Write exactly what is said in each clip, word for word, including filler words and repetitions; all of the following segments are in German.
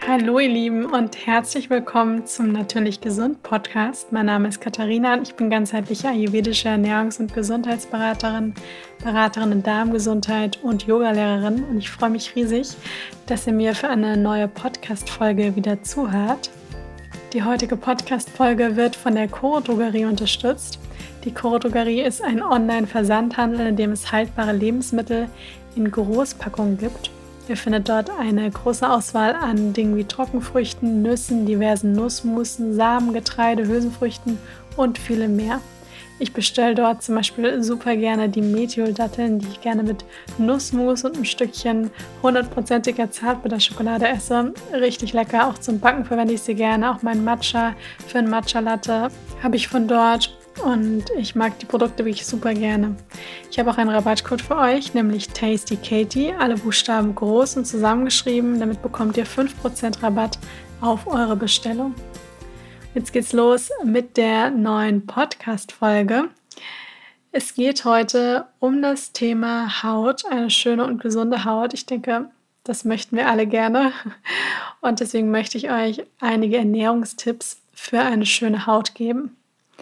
Hallo ihr Lieben und herzlich willkommen zum Natürlich Gesund Podcast. Mein Name ist Katharina und ich bin ganzheitliche ayurvedische Ernährungs- und Gesundheitsberaterin, Beraterin in Darmgesundheit und Yogalehrerin und ich freue mich riesig, dass ihr mir für eine neue Podcast-Folge wieder zuhört. Die heutige Podcast-Folge wird von der Coro Drogerie unterstützt. Die Coro Drogerie ist ein Online-Versandhandel, in dem es haltbare Lebensmittel in Großpackungen gibt. Ihr findet dort eine große Auswahl an Dingen wie Trockenfrüchten, Nüssen, diversen Nussmusen, Samen, Getreide, Hülsenfrüchten und viele mehr. Ich bestelle dort zum Beispiel super gerne die Meteor-Datteln, die ich gerne mit Nussmus und ein Stückchen hundertprozentiger Zartbitterschokolade esse. Richtig lecker, auch zum Backen verwende ich sie gerne. Auch mein Matcha für ein Matcha-Latte habe ich von dort. Und ich mag die Produkte wirklich super gerne. Ich habe auch einen Rabattcode für euch, nämlich TastyKatie, alle Buchstaben groß und zusammengeschrieben. Damit bekommt ihr fünf Prozent Rabatt auf eure Bestellung. Jetzt geht's los mit der neuen Podcast-Folge. Es geht heute um das Thema Haut, eine schöne und gesunde Haut. Ich denke, das möchten wir alle gerne. Und deswegen möchte ich euch einige Ernährungstipps für eine schöne Haut geben.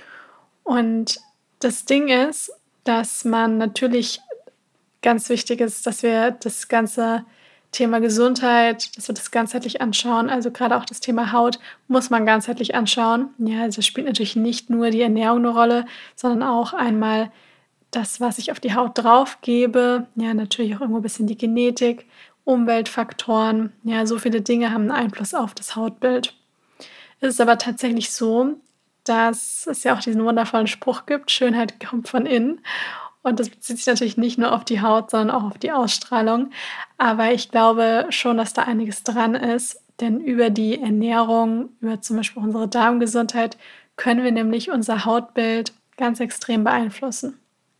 Und das Ding ist, dass man natürlich ganz wichtig ist, dass wir das ganze Thema Gesundheit, dass wir das ganzheitlich anschauen. Also gerade auch das Thema Haut muss man ganzheitlich anschauen. Ja, also spielt natürlich nicht nur die Ernährung eine Rolle, sondern auch einmal das, was ich auf die Haut drauf gebe. Ja, natürlich auch irgendwo ein bisschen die Genetik, Umweltfaktoren. Ja, so viele Dinge haben einen Einfluss auf das Hautbild. Es ist aber tatsächlich so, dass es ja auch diesen wundervollen Spruch gibt, Schönheit kommt von innen. Und das bezieht sich natürlich nicht nur auf die Haut, sondern auch auf die Ausstrahlung. Aber ich glaube schon, dass da einiges dran ist, denn über die Ernährung, über zum Beispiel unsere Darmgesundheit, können wir nämlich unser Hautbild ganz extrem beeinflussen.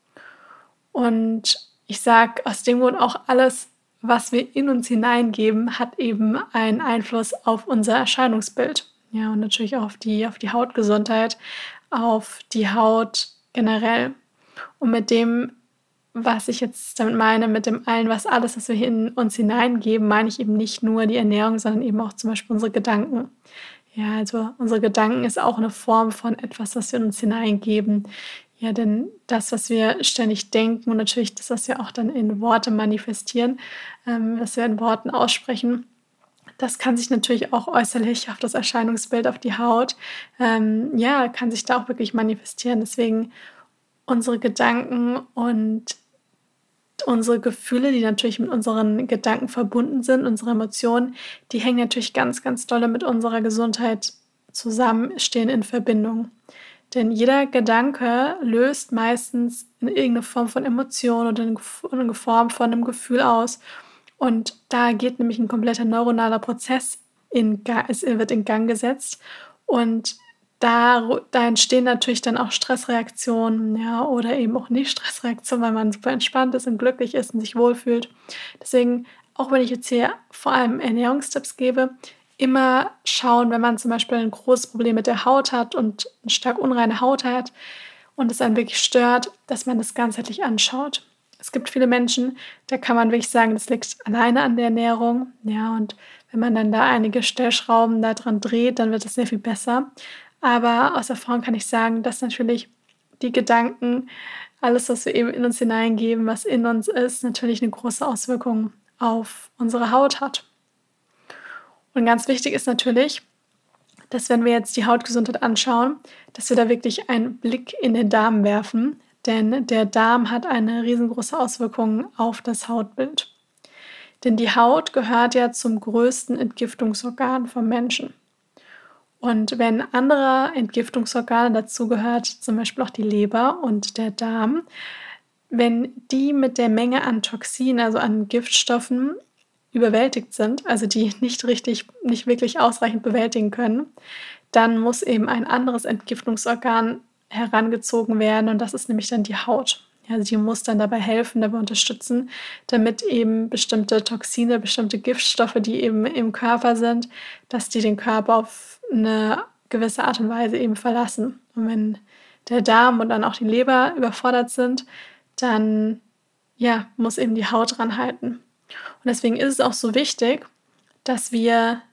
Und ich sage aus dem Grund auch, alles, was wir in uns hineingeben, hat eben einen Einfluss auf unser Erscheinungsbild. Ja, und natürlich auch auf die, auf die Hautgesundheit, auf die Haut generell. Und mit dem, was ich jetzt damit meine, mit dem allen, was alles, was wir hier in uns hineingeben, meine ich eben nicht nur die Ernährung, sondern eben auch zum Beispiel unsere Gedanken. Ja, also unsere Gedanken ist auch eine Form von etwas, was wir in uns hineingeben. Ja, denn das, was wir ständig denken und natürlich das, was wir auch dann in Worte manifestieren, ähm, was wir in Worten aussprechen, das kann sich natürlich auch äußerlich auf das Erscheinungsbild, auf die Haut, ähm, ja, kann sich da auch wirklich manifestieren. Deswegen unsere Gedanken und unsere Gefühle, die natürlich mit unseren Gedanken verbunden sind, unsere Emotionen, die hängen natürlich ganz, ganz doll mit unserer Gesundheit zusammen, stehen in Verbindung. Denn jeder Gedanke löst meistens in irgendeine Form von Emotion oder in eine Form von einem Gefühl aus. Und da geht nämlich ein kompletter neuronaler Prozess in, es wird in Gang gesetzt. Und da, da entstehen natürlich dann auch Stressreaktionen, ja, oder eben auch nicht Stressreaktionen, weil man super entspannt ist und glücklich ist und sich wohlfühlt. Deswegen, auch wenn ich jetzt hier vor allem Ernährungstipps gebe, immer schauen, wenn man zum Beispiel ein großes Problem mit der Haut hat und eine stark unreine Haut hat und es einen wirklich stört, dass man das ganzheitlich anschaut. Es gibt viele Menschen, da kann man wirklich sagen, das liegt alleine an der Ernährung. Ja, und wenn man dann da einige Stellschrauben da dran dreht, dann wird es sehr viel besser. Aber aus Erfahrung kann ich sagen, dass natürlich die Gedanken, alles, was wir eben in uns hineingeben, was in uns ist, natürlich eine große Auswirkung auf unsere Haut hat. Und ganz wichtig ist natürlich, dass wenn wir jetzt die Hautgesundheit anschauen, dass wir da wirklich einen Blick in den Darm werfen, denn der Darm hat eine riesengroße Auswirkung auf das Hautbild. Denn die Haut gehört ja zum größten Entgiftungsorgan vom Menschen. Und wenn andere Entgiftungsorgane dazu gehört, zum Beispiel auch die Leber und der Darm, wenn die mit der Menge an Toxinen, also an Giftstoffen, überwältigt sind, also die nicht richtig, nicht wirklich ausreichend bewältigen können, dann muss eben ein anderes Entgiftungsorgan herangezogen werden und das ist nämlich dann die Haut. Also die muss dann dabei helfen, dabei unterstützen, damit eben bestimmte Toxine, bestimmte Giftstoffe, die eben im Körper sind, dass die den Körper auf eine gewisse Art und Weise eben verlassen. Und wenn der Darm und dann auch die Leber überfordert sind, dann ja, muss eben die Haut dran halten. Und deswegen ist es auch so wichtig, dass wir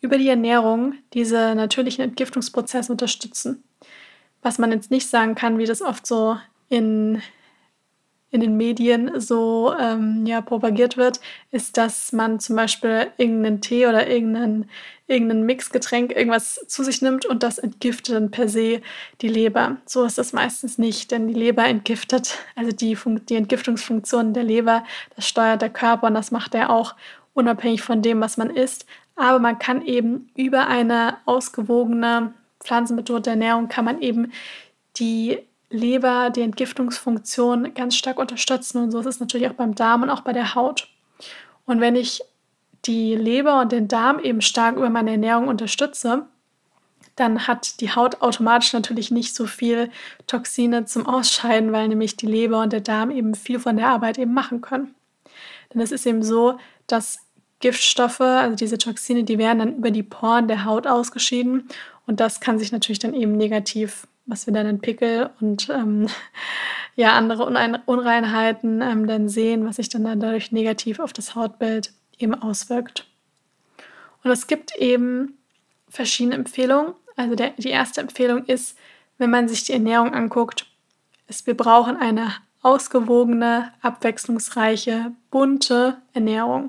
über die Ernährung diese natürlichen Entgiftungsprozesse unterstützen. Was man jetzt nicht sagen kann, wie das oft so in in den Medien so ähm, ja, propagiert wird, ist, dass man zum Beispiel irgendeinen Tee oder irgendein, irgendein Mixgetränk, irgendwas zu sich nimmt und das entgiftet dann per se die Leber. So ist das meistens nicht, denn die Leber entgiftet, also die, Fun- die Entgiftungsfunktion der Leber, das steuert der Körper und das macht er auch unabhängig von dem, was man isst. Aber man kann eben über eine ausgewogene pflanzenbetonte Ernährung kann man eben die Leber, die Entgiftungsfunktion ganz stark unterstützen. Und so ist es natürlich auch beim Darm und auch bei der Haut. Und wenn ich die Leber und den Darm eben stark über meine Ernährung unterstütze, dann hat die Haut automatisch natürlich nicht so viel Toxine zum Ausscheiden, weil nämlich die Leber und der Darm eben viel von der Arbeit eben machen können. Denn es ist eben so, dass Giftstoffe, also diese Toxine, die werden dann über die Poren der Haut ausgeschieden und das kann sich natürlich dann eben negativ, was wir dann in Pickel und ähm, ja, andere Unein Unreinheiten ähm, dann sehen, was sich dann, dann dadurch negativ auf das Hautbild eben auswirkt. Und es gibt eben verschiedene Empfehlungen. Also der, die erste Empfehlung ist, wenn man sich die Ernährung anguckt, ist, wir brauchen eine ausgewogene, abwechslungsreiche, bunte Ernährung.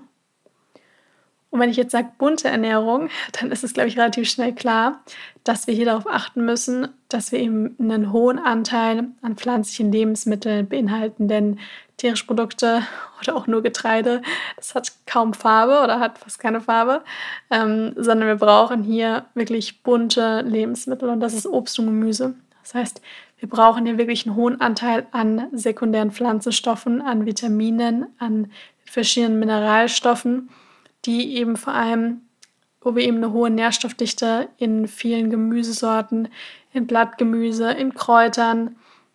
Und wenn ich jetzt sage bunte Ernährung, dann ist es, glaube ich, relativ schnell klar, dass wir hier darauf achten müssen, dass wir eben einen hohen Anteil an pflanzlichen Lebensmitteln beinhalten, denn tierische Produkte oder auch nur Getreide, das hat kaum Farbe oder hat fast keine Farbe, ähm, sondern wir brauchen hier wirklich bunte Lebensmittel und das ist Obst und Gemüse. Das heißt, wir brauchen hier wirklich einen hohen Anteil an sekundären Pflanzenstoffen, an Vitaminen, an verschiedenen Mineralstoffen, die eben vor allem, wo wir eben eine hohe Nährstoffdichte in vielen Gemüsesorten, in Blattgemüse, in Kräutern,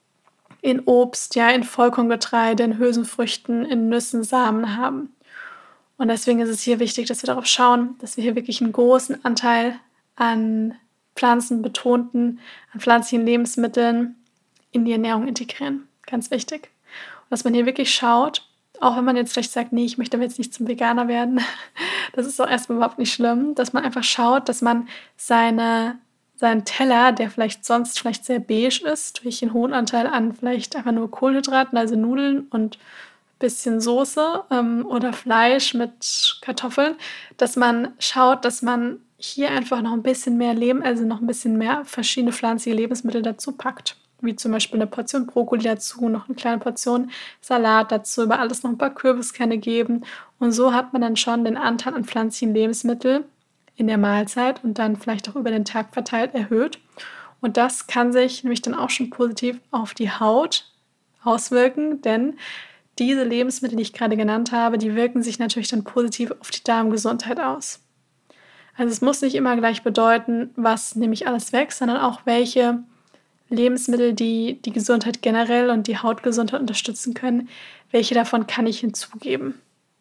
in Obst, ja, in Vollkorngetreide, in Hülsenfrüchten, in Nüssen, Samen haben. Und deswegen ist es hier wichtig, dass wir darauf schauen, dass wir hier wirklich einen großen Anteil an pflanzenbetonten, an pflanzlichen Lebensmitteln in die Ernährung integrieren. Ganz wichtig. Und dass man hier wirklich schaut, auch wenn man jetzt vielleicht sagt, nee, ich möchte aber jetzt nicht zum Veganer werden, das ist auch erstmal überhaupt nicht schlimm, dass man einfach schaut, dass man seine, seinen Teller, der vielleicht sonst vielleicht sehr beige ist, durch einen hohen Anteil an vielleicht einfach nur Kohlenhydraten, also Nudeln und ein bisschen Soße ähm, oder Fleisch mit Kartoffeln, dass man schaut, dass man hier einfach noch ein bisschen mehr Leben, also noch ein bisschen mehr verschiedene pflanzliche Lebensmittel dazu packt. Wie zum Beispiel eine Portion Brokkoli dazu, noch eine kleine Portion Salat dazu, über alles noch ein paar Kürbiskerne geben. Und so hat man dann schon den Anteil an pflanzlichen Lebensmitteln in der Mahlzeit und dann vielleicht auch über den Tag verteilt erhöht. Und das kann sich nämlich dann auch schon positiv auf die Haut auswirken, denn diese Lebensmittel, die ich gerade genannt habe, die wirken sich natürlich dann positiv auf die Darmgesundheit aus. Also es muss nicht immer gleich bedeuten, was nämlich alles wächst, sondern auch welche Lebensmittel, die die Gesundheit generell und die Hautgesundheit unterstützen können, welche davon kann ich hinzugeben?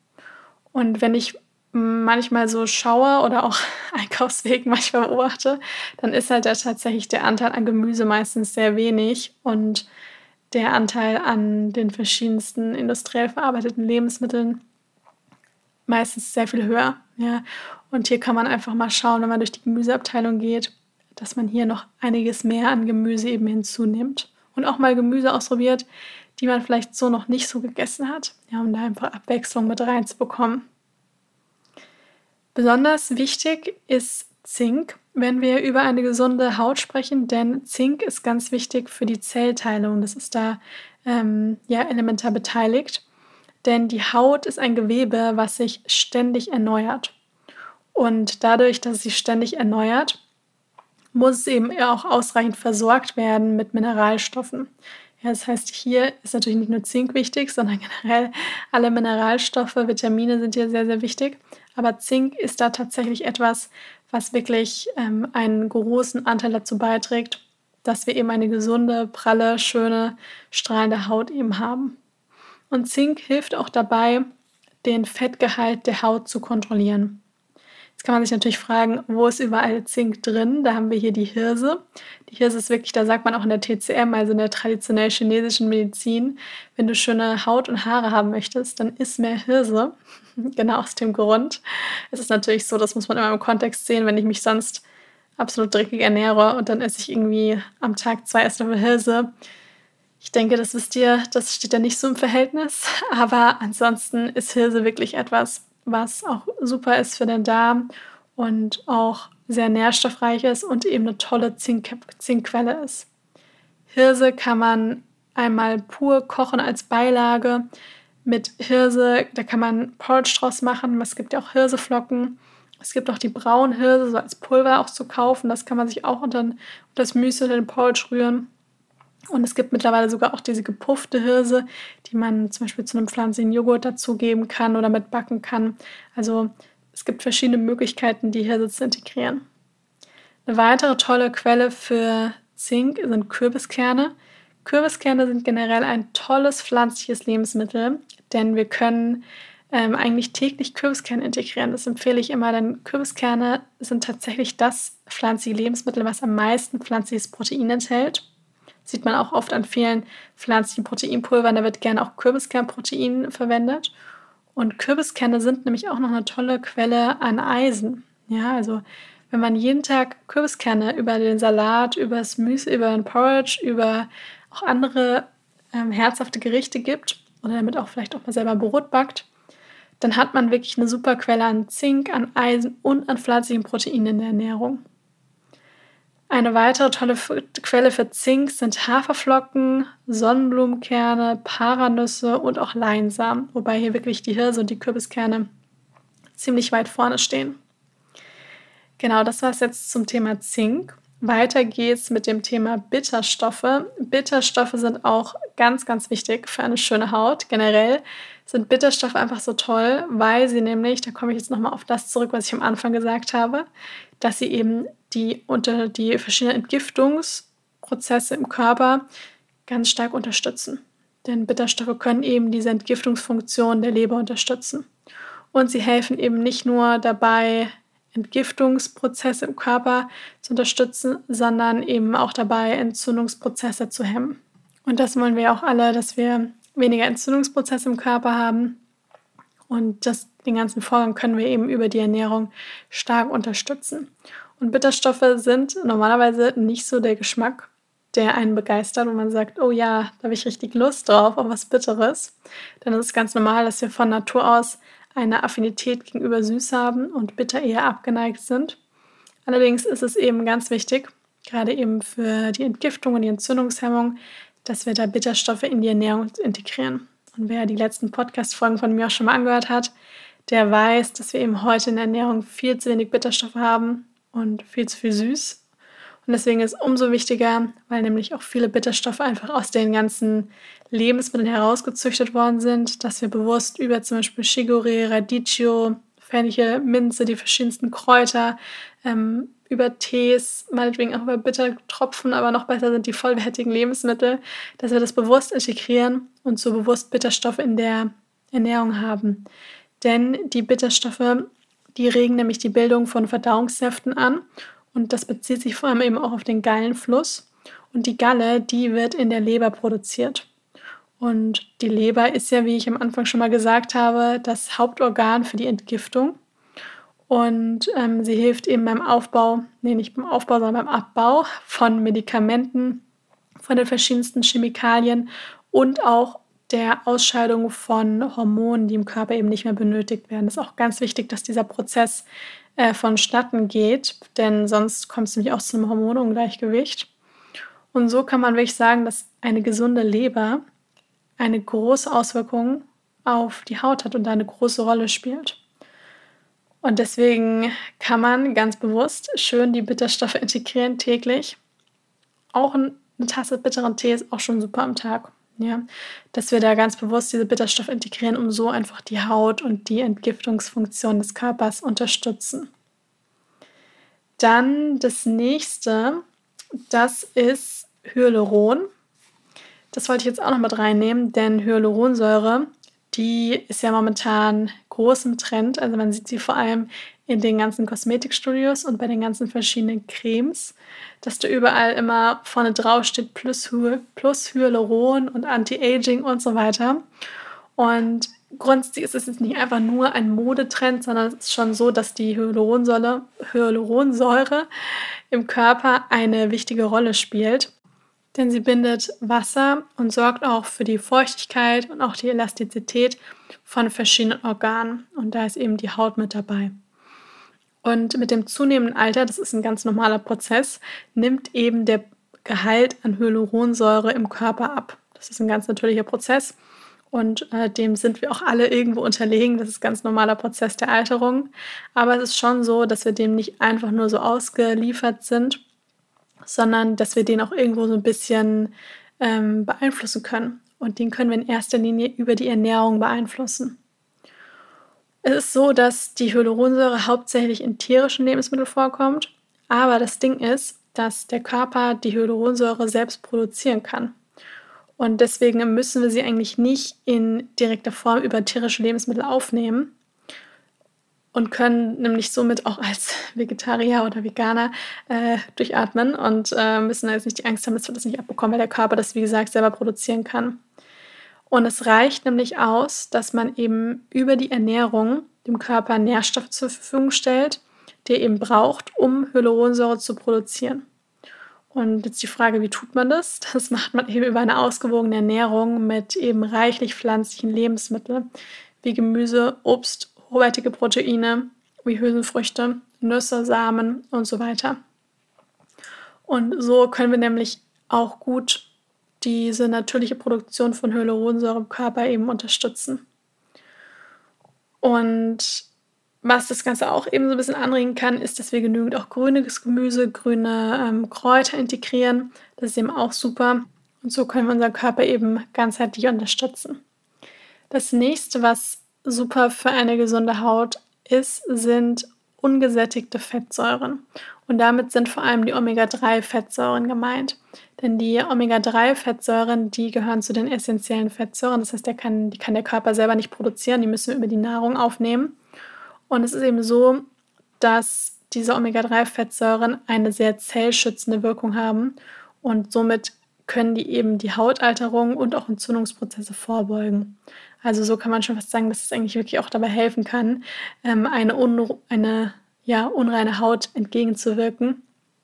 Und wenn ich manchmal so schaue oder auch Einkaufsweg manchmal beobachte, dann ist halt da tatsächlich der Anteil an Gemüse meistens sehr wenig und der Anteil an den verschiedensten industriell verarbeiteten Lebensmitteln meistens sehr viel höher. Ja. Und hier kann man einfach mal schauen, wenn man durch die Gemüseabteilung geht, dass man hier noch einiges mehr an Gemüse eben hinzunimmt. Und auch mal Gemüse ausprobiert, die man vielleicht so noch nicht so gegessen hat, ja, um da einfach Abwechslung mit reinzubekommen. Besonders wichtig ist Zink, wenn wir über eine gesunde Haut sprechen, denn Zink ist ganz wichtig für die Zellteilung. Das ist da ähm, ja, elementar beteiligt, denn die Haut ist ein Gewebe, was sich ständig erneuert. Und dadurch, dass es sich ständig erneuert, muss es eben auch ausreichend versorgt werden mit Mineralstoffen. Ja, das heißt, hier ist natürlich nicht nur Zink wichtig, sondern generell alle Mineralstoffe, Vitamine sind hier sehr, sehr wichtig. Aber Zink ist da tatsächlich etwas, was wirklich ähm, einen großen Anteil dazu beiträgt, dass wir eben eine gesunde, pralle, schöne, strahlende Haut eben haben. Und Zink hilft auch dabei, den Fettgehalt der Haut zu kontrollieren. Jetzt kann man sich natürlich fragen, wo ist überall Zink drin? Da haben wir hier die Hirse. Die Hirse ist wirklich, da sagt man auch in der T C M, also in der traditionell chinesischen Medizin, wenn du schöne Haut und Haare haben möchtest, dann iss mehr Hirse. Genau aus dem Grund. Es ist natürlich so, das muss man immer im Kontext sehen, wenn ich mich sonst absolut dreckig ernähre und dann esse ich irgendwie am Tag zwei Esslöffel Hirse. Ich denke, das wisst ihr, das steht ja nicht so im Verhältnis, aber ansonsten ist Hirse wirklich etwas, was auch super ist für den Darm und auch sehr nährstoffreich ist und eben eine tolle Zink- Zinkquelle ist. Hirse kann man einmal pur kochen als Beilage. Mit Hirse, da kann man Porridge draus machen. Es gibt ja auch Hirseflocken. Es gibt auch die braunen Hirse, so als Pulver auch zu kaufen. Das kann man sich auch unter, unter das Müsli oder den Porridge rühren. Und es gibt mittlerweile sogar auch diese gepuffte Hirse, die man zum Beispiel zu einem pflanzlichen Joghurt dazugeben kann oder mitbacken kann. Also es gibt verschiedene Möglichkeiten, die Hirse zu integrieren. Eine weitere tolle Quelle für Zink sind Kürbiskerne. Kürbiskerne sind generell ein tolles pflanzliches Lebensmittel, denn wir können ähm, eigentlich täglich Kürbiskerne integrieren. Das empfehle ich immer, denn Kürbiskerne sind tatsächlich das pflanzliche Lebensmittel, was am meisten pflanzliches Protein enthält. Sieht man auch oft an vielen pflanzlichen Proteinpulvern, da wird gerne auch Kürbiskernprotein verwendet. Und Kürbiskerne sind nämlich auch noch eine tolle Quelle an Eisen. Ja, also wenn man jeden Tag Kürbiskerne über den Salat, über das Müsli, über den Porridge, über auch andere ähm, herzhafte Gerichte gibt oder damit auch vielleicht auch mal selber Brot backt, dann hat man wirklich eine super Quelle an Zink, an Eisen und an pflanzlichen Proteinen in der Ernährung. Eine weitere tolle Quelle für Zink sind Haferflocken, Sonnenblumenkerne, Paranüsse und auch Leinsamen, wobei hier wirklich die Hirse und die Kürbiskerne ziemlich weit vorne stehen. Genau, das war es jetzt zum Thema Zink. Weiter geht's mit dem Thema Bitterstoffe. Bitterstoffe sind auch ganz, ganz wichtig für eine schöne Haut. Generell sind Bitterstoffe einfach so toll, weil sie nämlich, da komme ich jetzt nochmal auf das zurück, was ich am Anfang gesagt habe, dass sie eben die unter die verschiedenen Entgiftungsprozesse im Körper ganz stark unterstützen. Denn Bitterstoffe können eben diese Entgiftungsfunktion der Leber unterstützen. Und sie helfen eben nicht nur dabei, Entgiftungsprozesse im Körper zu unterstützen, sondern eben auch dabei, Entzündungsprozesse zu hemmen. Und das wollen wir auch alle, dass wir weniger Entzündungsprozesse im Körper haben. Und das, den ganzen Vorgang können wir eben über die Ernährung stark unterstützen. Und Bitterstoffe sind normalerweise nicht so der Geschmack, der einen begeistert und man sagt, oh ja, da habe ich richtig Lust drauf, auf was Bitteres. Denn es ist ganz normal, dass wir von Natur aus eine Affinität gegenüber süß haben und bitter eher abgeneigt sind. Allerdings ist es eben ganz wichtig, gerade eben für die Entgiftung und die Entzündungshemmung, dass wir da Bitterstoffe in die Ernährung integrieren. Und wer die letzten Podcast-Folgen von mir auch schon mal angehört hat, der weiß, dass wir eben heute in der Ernährung viel zu wenig Bitterstoffe haben und viel zu viel süß. Und deswegen ist es umso wichtiger, weil nämlich auch viele Bitterstoffe einfach aus den ganzen Lebensmitteln herausgezüchtet worden sind, dass wir bewusst über zum Beispiel Chicorée, Radicchio, Fenchel, Minze, die verschiedensten Kräuter, ähm, über Tees, meinetwegen auch über Bittertropfen, aber noch besser sind die vollwertigen Lebensmittel, dass wir das bewusst integrieren und so bewusst Bitterstoffe in der Ernährung haben. Denn die Bitterstoffe, die regen nämlich die Bildung von Verdauungssäften an und das bezieht sich vor allem eben auch auf den Gallenfluss. Und die Galle, die wird in der Leber produziert. Und die Leber ist ja, wie ich am Anfang schon mal gesagt habe, das Hauptorgan für die Entgiftung. Und ähm, sie hilft eben beim Aufbau, nee, nicht beim Aufbau, sondern beim Abbau von Medikamenten, von den verschiedensten Chemikalien und auch der Ausscheidung von Hormonen, die im Körper eben nicht mehr benötigt werden. Es ist auch ganz wichtig, dass dieser Prozess äh, vonstatten geht, denn sonst kommt es nämlich auch zu einem Hormonungleichgewicht. Und so kann man wirklich sagen, dass eine gesunde Leber eine große Auswirkung auf die Haut hat und da eine große Rolle spielt. Und deswegen kann man ganz bewusst schön die Bitterstoffe integrieren täglich. Auch eine Tasse bitteren Tee ist auch schon super am Tag. Ja, dass wir da ganz bewusst diese Bitterstoffe integrieren, um so einfach die Haut und die Entgiftungsfunktion des Körpers unterstützen. Dann das nächste, das ist Hyaluron. Das wollte ich jetzt auch noch mit reinnehmen, denn Hyaluronsäure, die ist ja momentan großem Trend. Also man sieht sie vor allem in den ganzen Kosmetikstudios und bei den ganzen verschiedenen Cremes, dass da überall immer vorne drauf steht plus, Hy- plus Hyaluron und Anti-Aging und so weiter. Und grundsätzlich ist es jetzt nicht einfach nur ein Modetrend, sondern es ist schon so, dass die Hyaluronsäure, Hyaluronsäure im Körper eine wichtige Rolle spielt. Denn sie bindet Wasser und sorgt auch für die Feuchtigkeit und auch die Elastizität von verschiedenen Organen. Und da ist eben die Haut mit dabei. Und mit dem zunehmenden Alter, das ist ein ganz normaler Prozess, nimmt eben der Gehalt an Hyaluronsäure im Körper ab. Das ist ein ganz natürlicher Prozess und äh, dem sind wir auch alle irgendwo unterlegen. Das ist ein ganz normaler Prozess der Alterung. Aber es ist schon so, dass wir dem nicht einfach nur so ausgeliefert sind, sondern dass wir den auch irgendwo so ein bisschen ähm, beeinflussen können. Und den können wir in erster Linie über die Ernährung beeinflussen. Es ist so, dass die Hyaluronsäure hauptsächlich in tierischen Lebensmitteln vorkommt, aber das Ding ist, dass der Körper die Hyaluronsäure selbst produzieren kann. Und deswegen müssen wir sie eigentlich nicht in direkter Form über tierische Lebensmittel aufnehmen und können nämlich somit auch als Vegetarier oder Veganer äh, durchatmen und äh, müssen jetzt nicht die Angst haben, dass wir das nicht abbekommen, weil der Körper das, wie gesagt, selber produzieren kann. Und es reicht nämlich aus, dass man eben über die Ernährung dem Körper Nährstoffe zur Verfügung stellt, die er eben braucht, um Hyaluronsäure zu produzieren. Und jetzt die Frage, wie tut man das? Das macht man eben über eine ausgewogene Ernährung mit eben reichlich pflanzlichen Lebensmitteln wie Gemüse, Obst, hochwertige Proteine wie Hülsenfrüchte, Nüsse, Samen und so weiter. Und so können wir nämlich auch gut diese natürliche Produktion von Hyaluronsäure im Körper eben unterstützen. Und was das Ganze auch eben so ein bisschen anregen kann, ist, dass wir genügend auch grünes Gemüse, grüne ähm, Kräuter integrieren. Das ist eben auch super. Und so können wir unseren Körper eben ganzheitlich unterstützen. Das nächste, was super für eine gesunde Haut ist, sind ungesättigte Fettsäuren. Und damit sind vor allem die Omega drei Fettsäuren gemeint. Denn die Omega drei Fettsäuren, die gehören zu den essentiellen Fettsäuren. Das heißt, der kann, die kann der Körper selber nicht produzieren, die müssen wir über die Nahrung aufnehmen. Und es ist eben so, dass diese Omega drei Fettsäuren eine sehr zellschützende Wirkung haben und somit können die eben die Hautalterung und auch Entzündungsprozesse vorbeugen. Also so kann man schon fast sagen, dass es eigentlich wirklich auch dabei helfen kann, ähm, eine, un- eine ja, unreine Haut entgegenzuwirken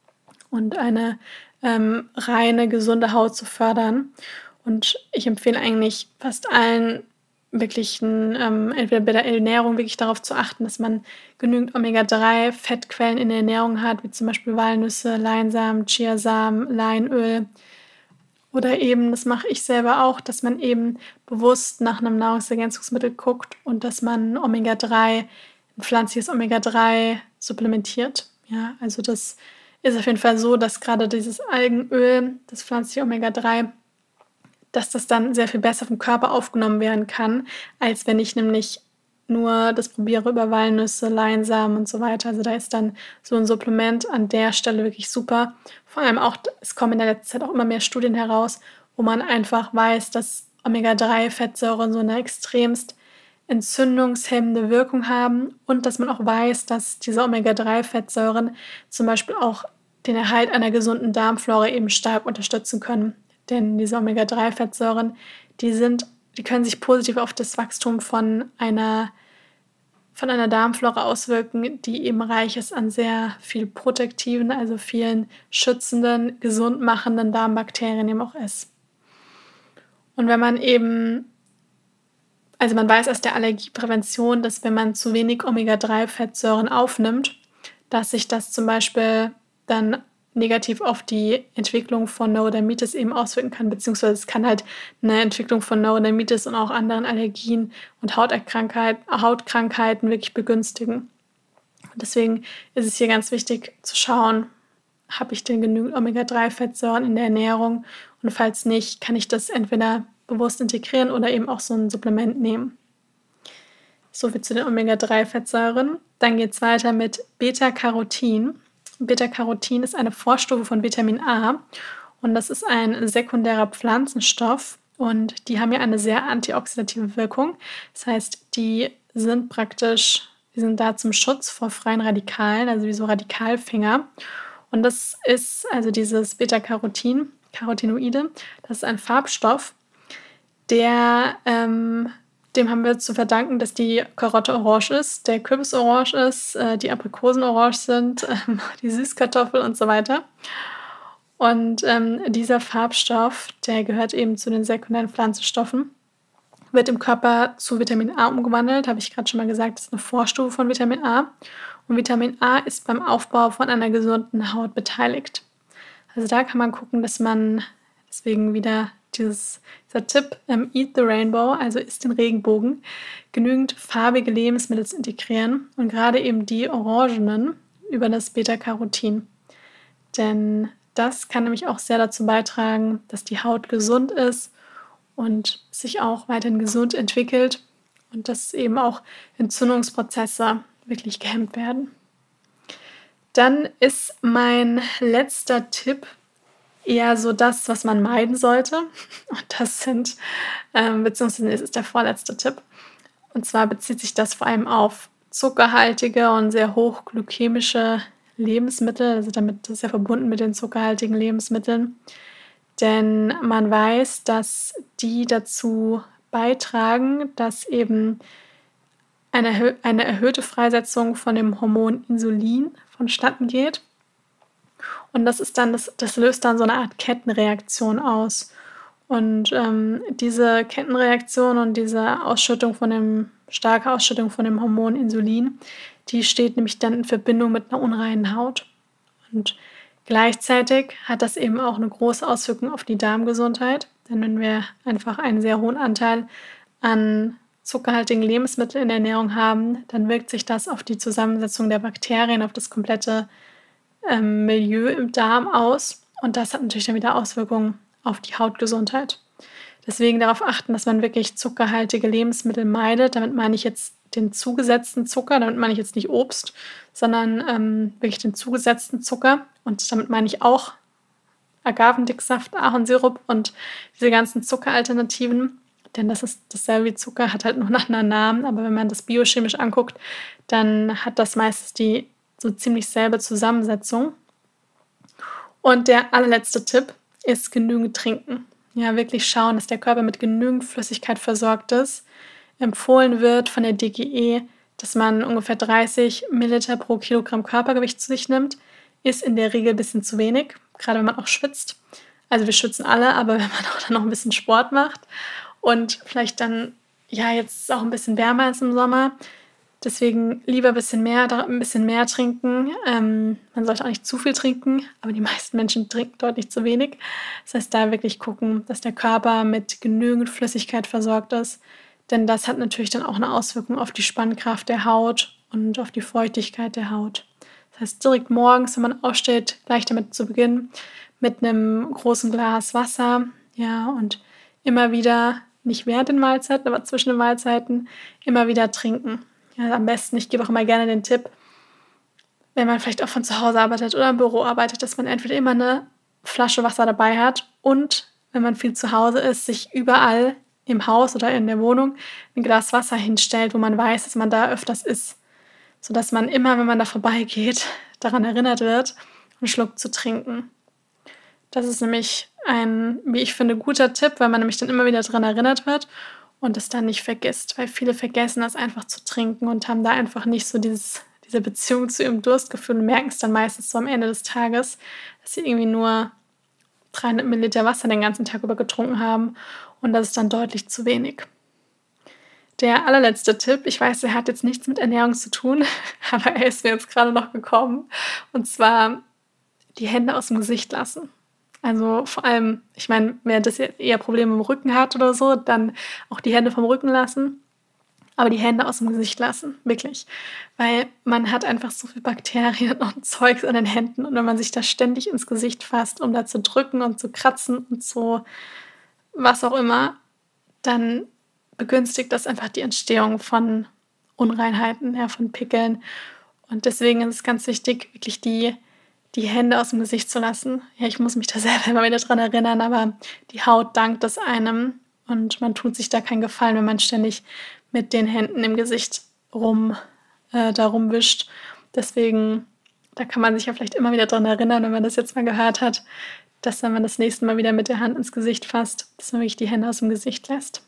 und eine ähm, reine, gesunde Haut zu fördern. Und ich empfehle eigentlich fast allen wirklich ein, ähm, entweder bei der Ernährung wirklich darauf zu achten, dass man genügend Omega drei Fettquellen in der Ernährung hat, wie zum Beispiel Walnüsse, Leinsamen, Chiasamen, Leinöl. Oder eben, das mache ich selber auch, dass man eben bewusst nach einem Nahrungsergänzungsmittel guckt und dass man Omega drei, ein pflanzliches Omega drei supplementiert. Ja, also das ist auf jeden Fall so, dass gerade dieses Algenöl, das pflanzliche Omega drei, dass das dann sehr viel besser vom Körper aufgenommen werden kann, als wenn ich nämlich nur das probiere über Walnüsse, Leinsamen und so weiter. Also da ist dann so ein Supplement an der Stelle wirklich super. Vor allem auch, es kommen in der letzten Zeit auch immer mehr Studien heraus, wo man einfach weiß, dass Omega drei Fettsäuren so eine extremst entzündungshemmende Wirkung haben und dass man auch weiß, dass diese Omega drei Fettsäuren zum Beispiel auch den Erhalt einer gesunden Darmflora eben stark unterstützen können. Denn diese Omega drei Fettsäuren, die sind, die können sich positiv auf das Wachstum von einer, von einer Darmflora auswirken, die eben reich ist an sehr viel protektiven, also vielen schützenden, gesund machenden Darmbakterien eben auch ist. Und wenn man eben, also man weiß aus der Allergieprävention, dass wenn man zu wenig Omega drei Fettsäuren aufnimmt, dass sich das zum Beispiel dann negativ auf die Entwicklung von Neurodermitis eben auswirken kann, beziehungsweise es kann halt eine Entwicklung von Neurodermitis und auch anderen Allergien und Hauterkrankheit, Hautkrankheiten wirklich begünstigen. Und deswegen ist es hier ganz wichtig zu schauen, habe ich denn genügend Omega drei Fettsäuren in der Ernährung und falls nicht, kann ich das entweder bewusst integrieren oder eben auch so ein Supplement nehmen. Soviel zu den Omega drei Fettsäuren. Dann geht es weiter mit Beta-Carotin. Beta-Carotin ist eine Vorstufe von Vitamin A und das ist ein sekundärer Pflanzenstoff und die haben ja eine sehr antioxidative Wirkung. Das heißt, die sind praktisch, die sind da zum Schutz vor freien Radikalen, also wie so Radikalfänger. Und das ist also dieses Beta-Carotin, Carotinoide, das ist ein Farbstoff, der, ähm, dem haben wir zu verdanken, dass die Karotte orange ist, der Kürbis orange ist, äh, die Aprikosen orange sind, ähm, die Süßkartoffel und so weiter. Und ähm, dieser Farbstoff, der gehört eben zu den sekundären Pflanzenstoffen, wird im Körper zu Vitamin A umgewandelt, habe ich gerade schon mal gesagt, das ist eine Vorstufe von Vitamin A. Und Vitamin A ist beim Aufbau von einer gesunden Haut beteiligt. Also da kann man gucken, dass man, deswegen wieder dieses, dieser Tipp, ähm, Eat the Rainbow, also isst den Regenbogen, genügend farbige Lebensmittel zu integrieren und gerade eben die orangenen über das Beta-Carotin. Denn das kann nämlich auch sehr dazu beitragen, dass die Haut gesund ist und sich auch weiterhin gesund entwickelt und dass eben auch Entzündungsprozesse wirklich gehemmt werden. Dann ist mein letzter Tipp eher so das, was man meiden sollte. Und das sind, ähm, beziehungsweise es ist der vorletzte Tipp. Und zwar bezieht sich das vor allem auf zuckerhaltige und sehr hochglykämische Lebensmittel. Also damit das ist ja verbunden mit den zuckerhaltigen Lebensmitteln. Denn man weiß, dass die dazu beitragen, dass eben eine, eine erhöhte Freisetzung von dem Hormon Insulin vonstatten geht. Und das ist dann, das, das löst dann so eine Art Kettenreaktion aus. Und ähm, diese Kettenreaktion und diese Ausschüttung von dem, starke Ausschüttung von dem Hormon Insulin, die steht nämlich dann in Verbindung mit einer unreinen Haut. Und gleichzeitig hat das eben auch eine große Auswirkung auf die Darmgesundheit. Denn wenn wir einfach einen sehr hohen Anteil an zuckerhaltigen Lebensmitteln in der Ernährung haben, dann wirkt sich das auf die Zusammensetzung der Bakterien, auf das komplette ähm, Milieu im Darm aus. Und das hat natürlich dann wieder Auswirkungen auf die Hautgesundheit. Deswegen darauf achten, dass man wirklich zuckerhaltige Lebensmittel meidet. Damit meine ich jetzt den zugesetzten Zucker, damit meine ich jetzt nicht Obst, sondern ähm, wirklich den zugesetzten Zucker. Und damit meine ich auch Agavendicksaft, Ahornsirup und diese ganzen Zuckeralternativen. Denn das ist dasselbe wie Zucker, hat halt nur einen anderen Namen. Aber wenn man das biochemisch anguckt, dann hat das meistens die so ziemlich selbe Zusammensetzung. Und der allerletzte Tipp ist genügend trinken. Ja, wirklich schauen, dass der Körper mit genügend Flüssigkeit versorgt ist. Empfohlen wird von der D G E, dass man ungefähr dreißig Milliliter pro Kilogramm Körpergewicht zu sich nimmt. Ist in der Regel ein bisschen zu wenig, gerade wenn man auch schwitzt. Also wir schwitzen alle, aber wenn man auch dann noch ein bisschen Sport macht und vielleicht dann, ja, jetzt ist es auch ein bisschen wärmer als im Sommer, deswegen lieber ein bisschen mehr, ein bisschen mehr trinken. Ähm, man sollte auch nicht zu viel trinken, aber die meisten Menschen trinken deutlich zu wenig. Das heißt, da wirklich gucken, dass der Körper mit genügend Flüssigkeit versorgt ist, denn das hat natürlich dann auch eine Auswirkung auf die Spannkraft der Haut und auf die Feuchtigkeit der Haut. Das heißt, direkt morgens, wenn man aufsteht, gleich damit zu beginnen, mit einem großen Glas Wasser, ja, und immer wieder, nicht während den Mahlzeiten, aber zwischen den Mahlzeiten, immer wieder trinken. Ja, am besten, ich gebe auch immer gerne den Tipp, wenn man vielleicht auch von zu Hause arbeitet oder im Büro arbeitet, dass man entweder immer eine Flasche Wasser dabei hat und, wenn man viel zu Hause ist, sich überall im Haus oder in der Wohnung ein Glas Wasser hinstellt, wo man weiß, dass man da öfters ist, sodass man immer, wenn man da vorbeigeht, daran erinnert wird, einen Schluck zu trinken. Das ist nämlich ein, wie ich finde, guter Tipp, weil man nämlich dann immer wieder daran erinnert wird und es dann nicht vergisst, weil viele vergessen das einfach zu trinken und haben da einfach nicht so dieses, diese Beziehung zu ihrem Durstgefühl und merken es dann meistens so am Ende des Tages, dass sie irgendwie nur dreihundert Milliliter Wasser den ganzen Tag über getrunken haben und das ist dann deutlich zu wenig. Der allerletzte Tipp, ich weiß, er hat jetzt nichts mit Ernährung zu tun, aber er ist mir jetzt gerade noch gekommen, und zwar die Hände aus dem Gesicht lassen. Also vor allem, ich meine, wer das eher Probleme im Rücken hat oder so, dann auch die Hände vom Rücken lassen, aber die Hände aus dem Gesicht lassen, wirklich. Weil man hat einfach so viel Bakterien und Zeugs an den Händen und wenn man sich da ständig ins Gesicht fasst, um da zu drücken und zu kratzen und so was auch immer, dann begünstigt das einfach die Entstehung von Unreinheiten, ja, von Pickeln. Und deswegen ist es ganz wichtig, wirklich die, die Hände aus dem Gesicht zu lassen. Ja, ich muss mich da selber immer wieder dran erinnern, aber die Haut dankt es einem und man tut sich da keinen Gefallen, wenn man ständig mit den Händen im Gesicht rum, äh, da rumwischt. Deswegen, da kann man sich ja vielleicht immer wieder dran erinnern, wenn man das jetzt mal gehört hat, dass wenn man das nächste Mal wieder mit der Hand ins Gesicht fasst, dass man wirklich die Hände aus dem Gesicht lässt.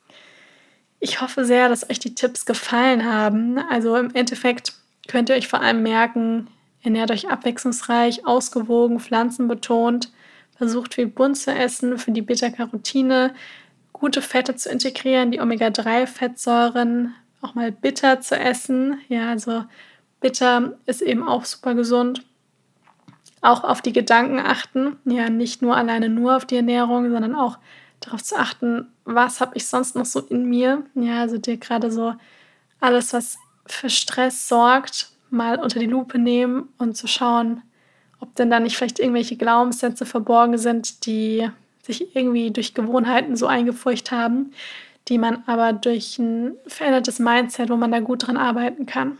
Ich hoffe sehr, dass euch die Tipps gefallen haben. Also im Endeffekt könnt ihr euch vor allem merken, ernährt euch abwechslungsreich, ausgewogen, pflanzenbetont, versucht viel bunt zu essen für die Beta-Carotine, gute Fette zu integrieren, die Omega drei Fettsäuren, auch mal bitter zu essen. Ja, also bitter ist eben auch super gesund. Auch auf die Gedanken achten, ja, nicht nur alleine nur auf die Ernährung, sondern auch darauf zu achten, was habe ich sonst noch so in mir. Ja, also dir gerade so alles, was für Stress sorgt, mal unter die Lupe nehmen und zu schauen, ob denn da nicht vielleicht irgendwelche Glaubenssätze verborgen sind, die sich irgendwie durch Gewohnheiten so eingefurcht haben, die man aber durch ein verändertes Mindset, wo man da gut dran arbeiten kann.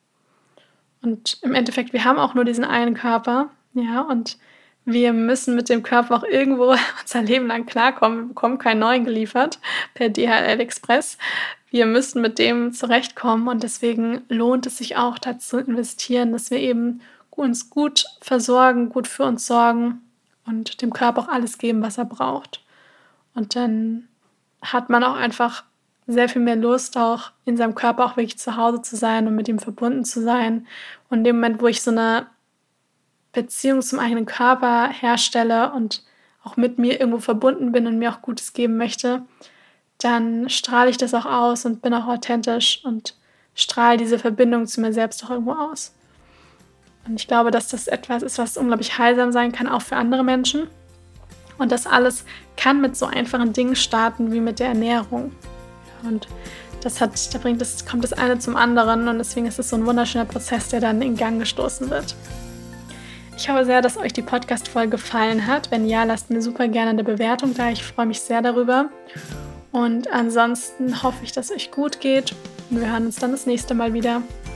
Und im Endeffekt, wir haben auch nur diesen einen Körper, ja, und wir müssen mit dem Körper auch irgendwo unser Leben lang klarkommen. Wir bekommen keinen neuen geliefert per D H L Express. Wir müssen mit dem zurechtkommen und deswegen lohnt es sich auch dazu zu investieren, dass wir eben uns gut versorgen, gut für uns sorgen und dem Körper auch alles geben, was er braucht. Und dann hat man auch einfach sehr viel mehr Lust, auch in seinem Körper auch wirklich zu Hause zu sein und mit ihm verbunden zu sein. Und in dem Moment, wo ich so eine Beziehung zum eigenen Körper herstelle und auch mit mir irgendwo verbunden bin und mir auch Gutes geben möchte, dann strahle ich das auch aus und bin auch authentisch und strahle diese Verbindung zu mir selbst auch irgendwo aus. Und ich glaube, dass das etwas ist, was unglaublich heilsam sein kann, auch für andere Menschen. Und das alles kann mit so einfachen Dingen starten wie mit der Ernährung. Und das hat, da bringt das, kommt das eine zum anderen und deswegen ist es so ein wunderschöner Prozess, der dann in Gang gestoßen wird. Ich hoffe sehr, dass euch die Podcast-Folge gefallen hat. Wenn ja, lasst mir super gerne eine Bewertung da. Ich freue mich sehr darüber. Und ansonsten hoffe ich, dass es euch gut geht. Und wir hören uns dann das nächste Mal wieder.